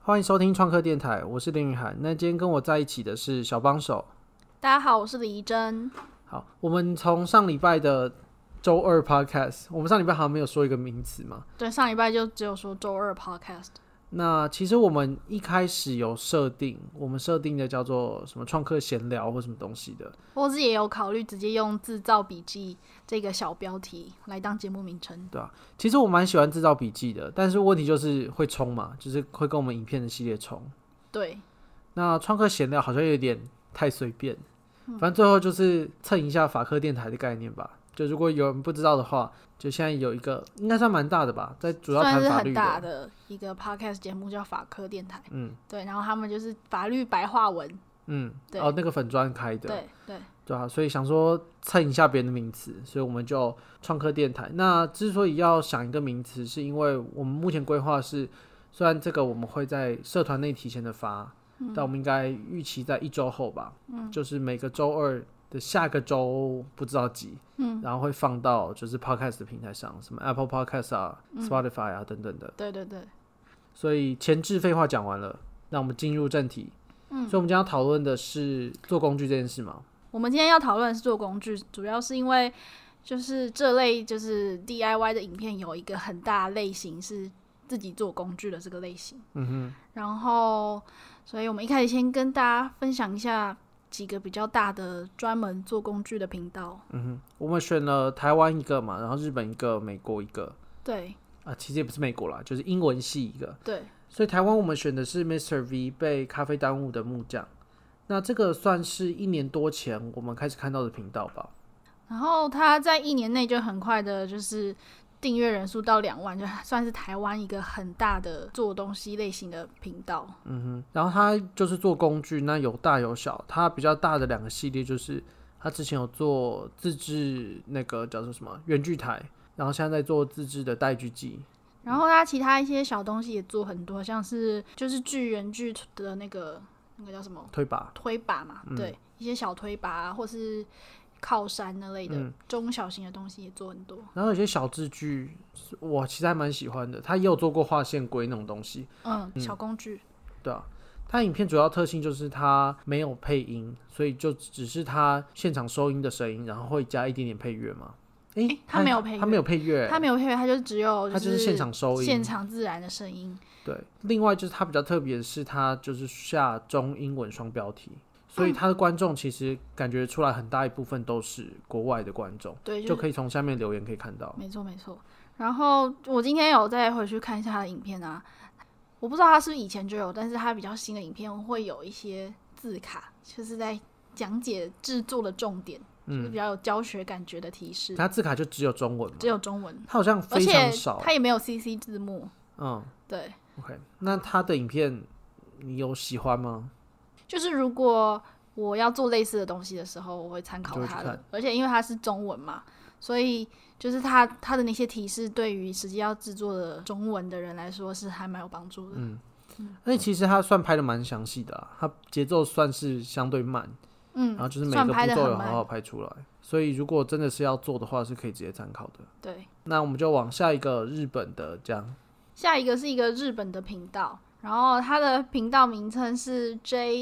欢迎收听创客电台，我是林雨涵。那今天跟我在一起的是小帮手。 大家好，我是李怡珍。 好，我们从上礼拜的周二 podcast， 我们上礼拜好像没有说一个名词嘛？ 对，上礼拜就只有说周二 podcast。 那其实我们一开始有设定，我们设定的叫做什么创客闲聊或什么东西的， 或是也有考虑直接用制造笔记这个小标题来当节目名称。 对啊，其实我蛮喜欢制造笔记的，但是问题就是会冲嘛，就是会跟我们影片的系列冲。 对， 那创客闲聊好像有点太随便，反正最后就是蹭一下法科电台的概念吧。就如果有人不知道的话，就现在有一个应该算蛮大的吧，在主要谈法律的， 算是很大的一个 podcast 节目叫法科电台。对，然后他们就是法律白话文。对， 那个粉专开的， 对啊，所以想说蹭一下别人的名词，所以我们就创客电台。那之所以要想一个名词，是因为我们目前规划是，虽然这个我们会在社团内提前的发，但我们应该预期在1周后吧，就是每个周二的下个周不知道几，然后会放到就是 podcast 的平台上，什么 Apple Podcast 啊、Spotify 啊等等的。 对， 所以前置废话讲完了，那我们进入正题。所以我们今天要讨论的是做工具这件事嘛？ 我们今天要讨论的是做工具，主要是因为就是这类就是 DIY 的影片有一个很大的类型是自己做工具的这个类型。然后所以我们一开始先跟大家分享一下几个比较大的专门做工具的频道。 我们选了台湾一个嘛，然后日本一个，美国一个。 对啊，其实也不是美国啦，就是英文系一个。 对， 所以台湾我们选的是 Mr. V 被咖啡耽误的木匠。那这个算是1年多前我们开始看到的频道吧。 然后他在1年内就很快的就是订阅人数到2万，就算是台湾一个很大的做东西类型的频道。 然后他就是做工具，那有大有小。他比较大的2个系列就是他之前有做自制那个叫做什么圆锯台，然后现在在做自制的带锯机。 然后他其他一些小东西也做很多，像是就是锯圆锯的那个叫什么推把嘛，对，一些小推把啊，或是靠山那类的中小型的东西也做很多。 然后有些小制具我其实还蛮喜欢的，他也有做过画线龟那种东西。 小工具。 对啊，他影片主要特性就是他没有配音，所以就只是他现场收音的声音，然后会加一点点配乐嘛。 他没有配乐， 他没有配乐， 他就只有他就是现场收音， 现场自然的声音。 对，另外就是他比较特别的是，他就是下中英文双标题，所以他的观众其实感觉出来很大一部分都是国外的观众， 对， 就可以从下面留言可以看到。 没错。然后我今天有再回去看一下他的影片啊，我不知道他是不是以前就有，但是他比较新的影片会有一些字卡，就是在讲解制作的重点。就是比较有教学感觉的提示。 它字卡就只有中文吗？ 只有中文， 它好像非常少， 而且它也没有 CC 字幕。对。 OK， 那他的影片你有喜欢吗？ 就是如果我要做类似的东西的时候，我会参考他的，而且因为它是中文嘛，所以就是他的那些提示，对于实际要制作的中文的人来说是还蛮有帮助的。 而且其实他算拍的蛮详细的啊，他节奏算是相对慢。然后就是每个步骤有好好拍出来，所以如果真的是要做的话，是可以直接参考的。 对， 那我们就往下一个日本的讲。 下一个是一个日本的频道，然后它的频道名称是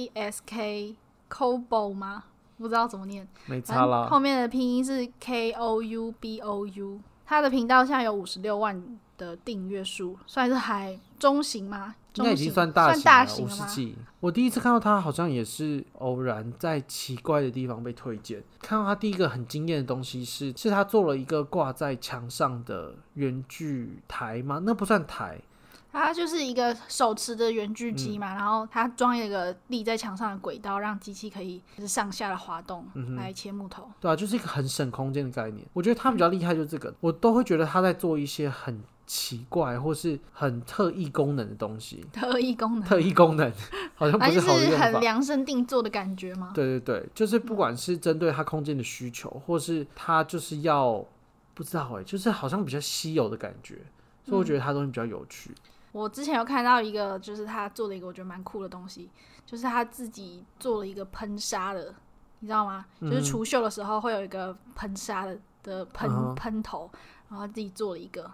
JSK Kobo 吗？不知道怎么念， 没差啦。 后面的拼音是 KOUBOU。它的频道现在有56万的订阅数，算是还中型吗？ 应该已经算大型了，50几。我第一次看到他，好像也是偶然在奇怪的地方被推荐。看到他第一个很惊艳的东西是他做了一个挂在墙上的圆锯台吗？那不算台， 它就是一个手持的圆锯机嘛，然后它装一个立在墙上的轨道，让机器可以就是上下的滑动来切木头。 对啊，就是一个很省空间的概念。我觉得他比较厉害就是这个，我都会觉得他在做一些很奇怪或是很特异功能的东西。特异功能好像不是好的用法， 就是很量身定做的感觉吗？ 对，就是不管是针对他空间的需求，或是他就是要不知道就是好像比较稀有的感觉，所以我觉得他东西比较有趣。 我之前有看到一个，就是他做了一个我觉得蛮酷的东西，就是他自己做了一个喷砂的，你知道吗？就是除锈的时候会有一个喷砂的喷头，然后他自己做了一个，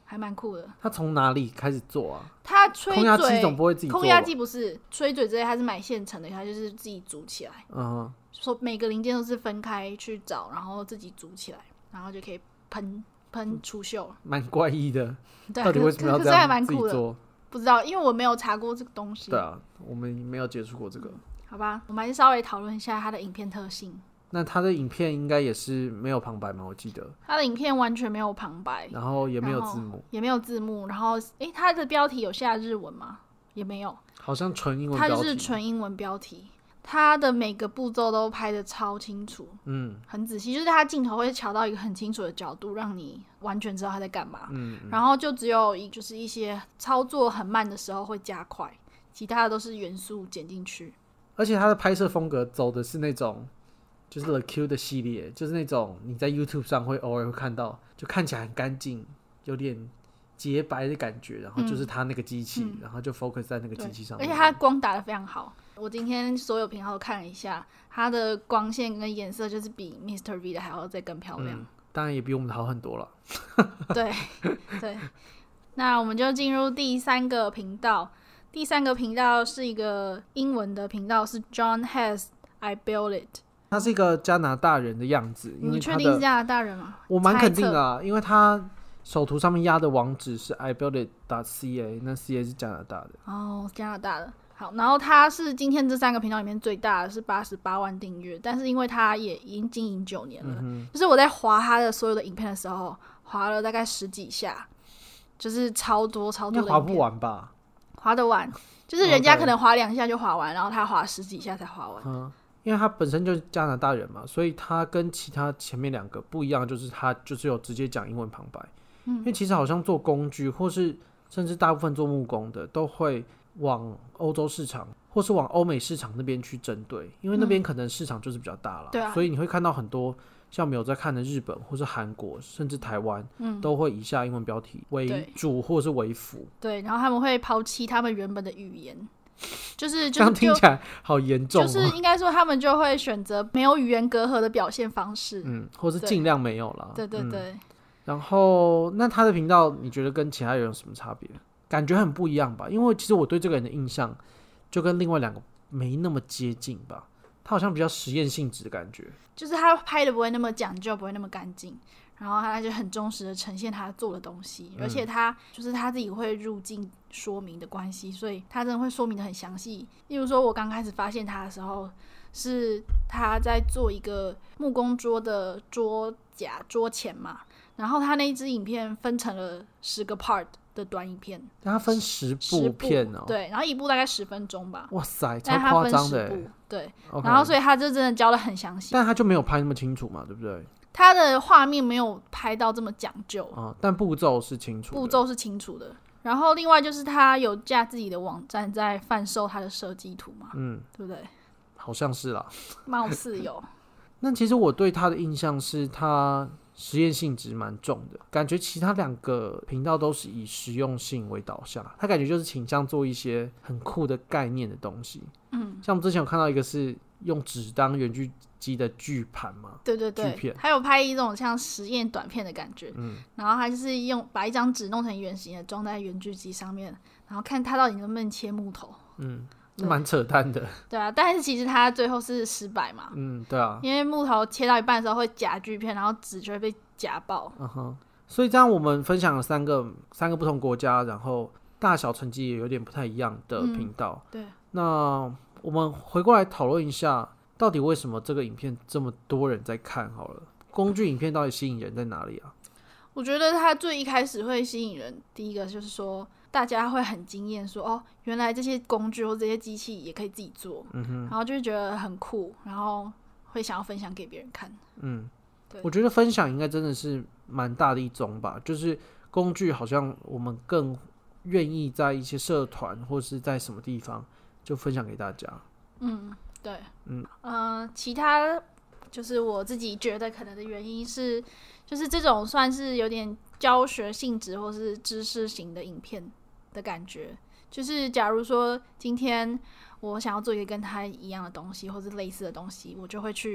还蛮酷的。 他从哪里开始做啊？ 他吹嘴， 空压机总不会自己做吧？ 空压机不是吹嘴之类，他是买现成的，他就是自己组起来。说每个零件都是分开去找，然后自己组起来，然后就可以喷出锈了。 蛮怪异的， 对， 到底为什么要这可是还蛮样自己酷的做？ 不知道，因为我没有查过这个东西。 对啊，我们没有接触过这个。 好吧，我们还是稍微讨论一下它的影片特性。 那他的影片应该也是没有旁白吗？我记得它的影片完全没有旁白， 然后也没有字幕， 也没有字幕。然后，它的标题有下日文吗？也没有， 好像纯英文标题。 它就是纯英文标题。它的每个步骤都拍得超清楚，很仔细，就是它镜头会调到一个很清楚的角度，让你完全知道它在干嘛。然后就只有就是一些操作很慢的时候会加快，其他的都是元素剪进去。 而且它的拍摄风格走的是那种，就是 The Q 的系列，就是那种你在 YouTube 上会偶尔会看到，就看起来很干净，有点洁白的感觉，然后就是它那个机器，然后就 focus 在那个机器上面。 而且它光打得非常好。我今天所有频道都看了一下，它的光线跟颜色就是比 Mr. V 的还要再更漂亮。 当然也比我们的好很多了。 对对，那我们就进入第三个频道。第三个频道是一个英文的频道，是 John Has I Built It。 他是一个加拿大人的样子，因为你确定是加拿大人吗？ 我蛮肯定的啊，因为他手图上面压的网址是 ibuildit.ca， 那 CA 是加拿大的。 哦，加拿大的。好，然后他是今天这三个频道里面最大的，是88万订阅，但是因为他也已经经营9年了，就是我在滑他的所有的影片的时候，滑了大概10几下，就是超多的影片。 应该滑不完吧？ 滑得完，就是人家可能滑2下就滑完，然后他滑10几下才滑完。 因为他本身就是加拿大人嘛，所以他跟其他前面2个不一样，就是他就是有直接讲英文旁白。因为其实好像做工具，或是甚至大部分做木工的，都会往欧洲市场或是往欧美市场那边去针对，因为那边可能市场就是比较大了。 对啊， 所以你会看到很多像我们有在看的日本或是韩国甚至台湾，都会以下英文标题为主或是为辅。 对，然后他们会抛弃他们原本的语言，就是这样听起来好严重。 就是应该说他们就会选择没有语言隔阂的表现方式， 或是尽量没有啦。 对对对。 然后那他的频道你觉得跟其他人有什么差别？感觉很不一样吧？因为其实我对这个人的印象就跟另外2个没那么接近吧。他好像比较实验性质的感觉， 就是他拍的不会那么讲究，不会那么干净，然后他就很忠实的呈现他做的东西，而且他就是他自己会入镜说明的关系，所以他真的会说明的很详细。例如说我刚开始发现他的时候，是他在做一个木工桌的桌架桌前嘛，然后他那一支影片分成了10个 part 的短影片， 他分10部片哦， 对，然后一部大概10分钟吧。 哇塞，超夸张的， 对， okay， 然后所以他就真的教的很详细， 但他就没有拍那么清楚嘛，对不对？ 他的画面没有拍到这么讲究， 但步骤是清楚的，然后另外就是他有架自己的网站在贩售他的设计图嘛，对不对？ 好像是啦， 貌似有。 那其实我对他的印象是他实验性质蛮重的，感觉其他2个频道都是以实用性为导向，他感觉就是倾向做一些很酷的概念的东西。像我们之前有看到一个是用纸当圆锯机的锯盘嘛， 对对对，还有拍一种像实验短片的感觉，然后他就是把一张纸弄成圆形的装在圆锯机上面，然后看他到底能不能切木头。 蛮扯淡的。 对啊，但是其实他最后是失败嘛。 对啊， 因为木头切到一半的时候会夹锯片，然后纸就会被夹爆。 所以这样我们分享了三个不同国家，然后大小成绩也有点不太一样的频道。 对， 那我们回过来讨论一下，到底为什么这个影片这么多人在看？好了，工具影片到底吸引人在哪里啊？ 我觉得它最一开始会吸引人，第一个就是说大家会很惊艳说哦，原来这些工具或这些机器也可以自己做，然后就会觉得很酷，然后会想要分享给别人看。对， 我觉得分享应该真的是蛮大的一宗吧，就是工具好像我们更愿意在一些社团或是在什么地方就分享给大家。 对，其他就是我自己觉得可能的原因是，就是这种算是有点教学性质或是知识型的影片的感觉。就是假如说今天我想要做一个跟他一样的东西或是类似的东西，我就会去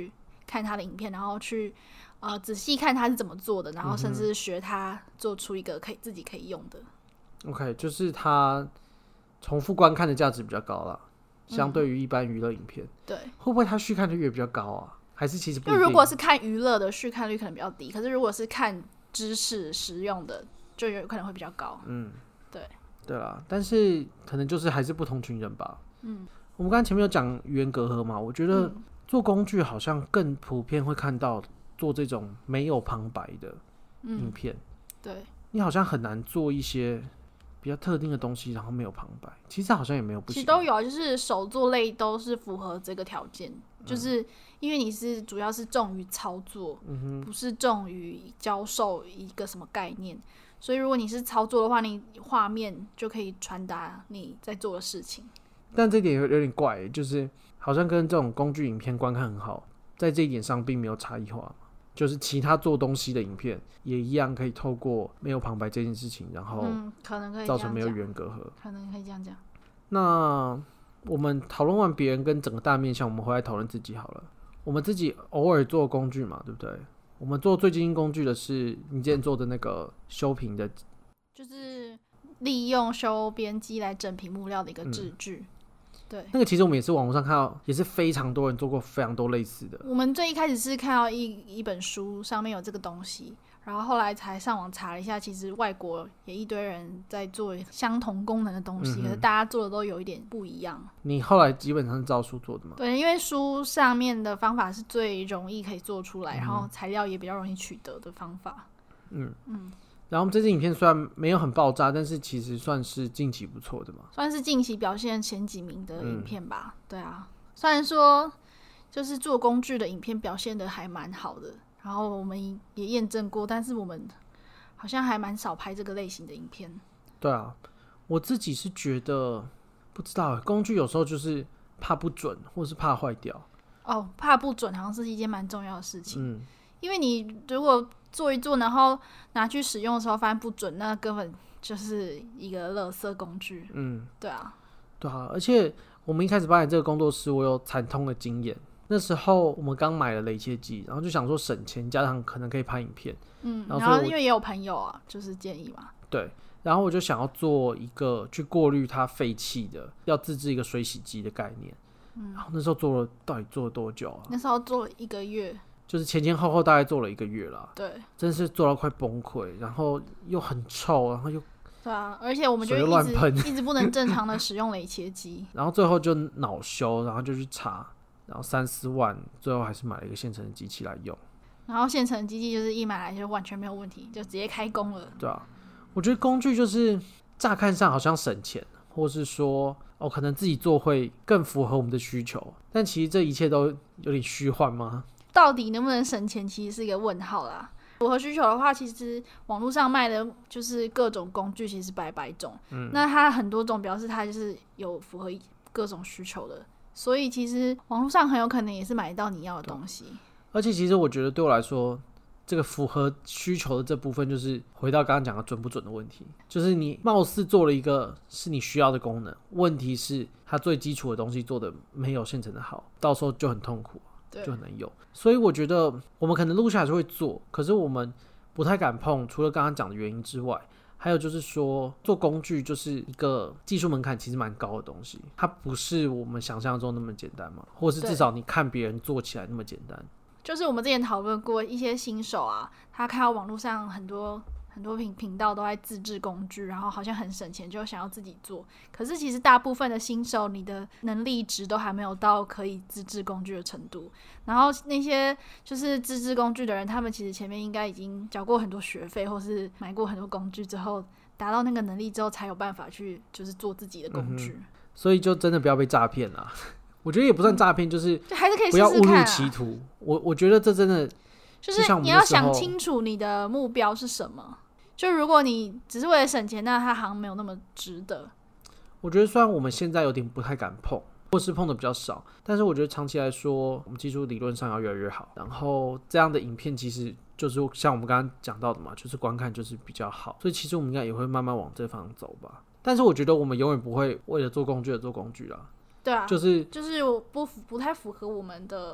看他的影片，然后去仔细看他是怎么做的，然后甚至学他做出一个自己可以用的。 OK， 就是他重复观看的价值比较高啦，相对于一般娱乐影片。 对， 会不会他续看率也比较高啊？还是其实不一定？ 就如果是看娱乐的，续看率可能比较低，可是如果是看知识实用的，就有可能会比较高。对啦， 但是可能就是还是不同群人吧。我们刚才前面有讲语言隔阂嘛，我觉得做工具好像更普遍会看到做这种没有旁白的影片。 对， 你好像很难做一些比较特定的东西，然后没有旁白。其实好像也没有不行， 其实都有啊，就是手作类都是符合这个条件。就是因为你是主要是重于操作，不是重于教授一个什么概念，所以如果你是操作的话，你画面就可以传达你在做的事情。 但这点有点怪，就是好像跟这种工具影片观看很好，在这一点上并没有差异化，就是其他做东西的影片也一样可以透过没有旁白这件事情，然后可能可以造成没有语言隔阂， 可能可以这样讲。 那我们讨论完别人跟整个大面向，我们回来讨论自己好了。我们自己偶尔做工具嘛，对不对？我们做最精英工具的是你之前做的那个修屏的， 就是利用修边机来整屏幕料的一个制具。对， 那个其实我们也是网络上看到，也是非常多人做过非常多类似的。 我们最一开始是看到一本书上面有这个东西，然后后来才上网查了一下，其实外国也一堆人在做相同功能的东西，可是大家做的都有一点不一样。 你后来基本上是照书做的吗？ 对，因为书上面的方法是最容易可以做出来，然后材料也比较容易取得的方法。 然后这支影片虽然没有很爆炸，但是其实算是近期不错的嘛， 算是近期表现前几名的影片吧。对啊，虽然说就是做工具的影片表现的还蛮好的，然后我们也验证过，但是我们好像还蛮少拍这个类型的影片。 对啊，我自己是觉得不知道工具有时候就是怕不准，或是怕坏掉。 怕不准好像是一件蛮重要的事情。因为你如果做一做，然后拿去使用的时候发现不准，那根本就是一个垃圾工具。对啊， 而且我们一开始办这个工作室，我有惨痛的经验。那时候我们刚买了雷切机，然后就想说省钱，加上可能可以拍影片。 然后因为也有朋友啊，就是建议嘛。 对，然后我就想要做一个去过滤它废气的，要自制一个水洗机的概念。然后那时候到底做了多久啊？ 那时候做了1个月。 就是前后大概做了1个月啦。 对， 真是做到快崩溃，然后又很臭，然后又对啊，而且我们就一直不能正常的使用雷切机。 然后最后就恼羞，然后就去查，然后3-4万，最后还是买了一个现成的机器来用。 然后现成的机器就是一买来就完全没有问题，就直接开工了。 对啊，我觉得工具就是乍看上好像省钱，或是说可能自己做会更符合我们的需求，但其实这一切都有点虚幻吗？ 到底能不能省钱，其实是一个问号啦。符合需求的话，其实网络上卖的就是各种工具，其实百百种。那它很多种，表示它就是有符合各种需求的，所以其实网络上很有可能也是买到你要的东西。 而且其实我觉得对我来说，这个符合需求的这部分，就是回到刚刚讲的准不准的问题。就是你貌似做了一个是你需要的功能，问题是它最基础的东西做的没有现成的好，到时候就很痛苦，就很难用。所以我觉得我们可能录下来就会做，可是我们不太敢碰，除了刚刚讲的原因之外，还有就是说做工具就是一个技术门槛其实蛮高的东西，它不是我们想象中那么简单嘛，或是至少你看别人做起来那么简单。 就是我们之前讨论过一些新手啊，他看到网络上很多频道都在自制工具，然后好像很省钱，就想要自己做。可是其实大部分的新手，你的能力值都还没有到可以自制工具的程度。然后那些就是自制工具的人，他们其实前面应该已经缴过很多学费，或是买过很多工具之后，达到那个能力之后，才有办法去就是做自己的工具。 所以就真的不要被诈骗啦。我觉得也不算诈骗，就是就还是可以不要误入歧途。我觉得这真的就是你要想清楚你的目标是什么。就如果你只是为了省钱，那它好像没有那么值得。 我觉得虽然我们现在有点不太敢碰，或是碰的比较少，但是我觉得长期来说，我们技术理论上要越来越好。然后这样的影片其实就是像我们刚刚讲到的嘛，就是观看就是比较好，所以其实我们应该也会慢慢往这方向走吧。但是我觉得我们永远不会为了做工具而做工具啦。 对啊， 就是我不太符合我们的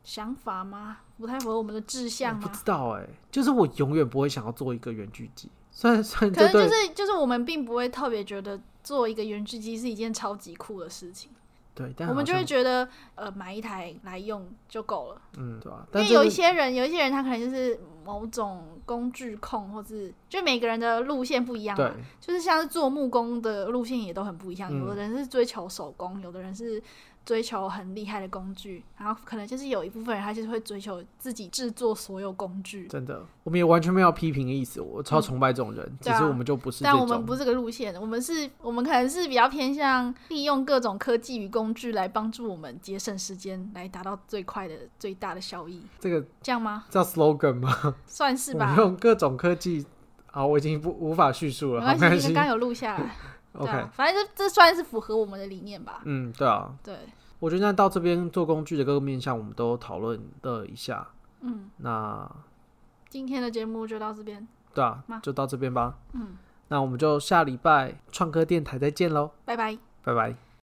想法吗？不太符合我们的志向吗？ 我不知道就是我永远不会想要做一个远距机，虽然可能就是我们并不会特别觉得做一个远距机是一件超级酷的事情。 对，但我们就会觉得买一台来用就够了。 对啊。 因为有一些人他可能就是某种工具控，或是就每个人的路线不一样嘛。就是像是做木工的路线也都很不一样，有的人是追求手工，有的人是追求很厉害的工具，然后可能就是有一部分人他就是会追求自己制作所有工具。 真的，我们也完全没有批评的意思，我超崇拜这种人，只是我们就不是这种。 但我们不是这个路线，我们可能是比较偏向利用各种科技与工具来帮助我们节省时间，来达到最快的最大的效益。这样吗？ 叫 slogan 吗？ 算是吧。 我们用各种科技，好，我已经无法叙述了， 没关系，刚刚有录下来。 OK， 反正这算是符合我们的理念吧。 对啊， 对。 我觉得到这边做工具的各个面向，我们都讨论了一下。那今天的节目就到这边。 对啊，就到这边吧。那我们就下礼拜创科电台再见喽， 拜拜， 拜拜。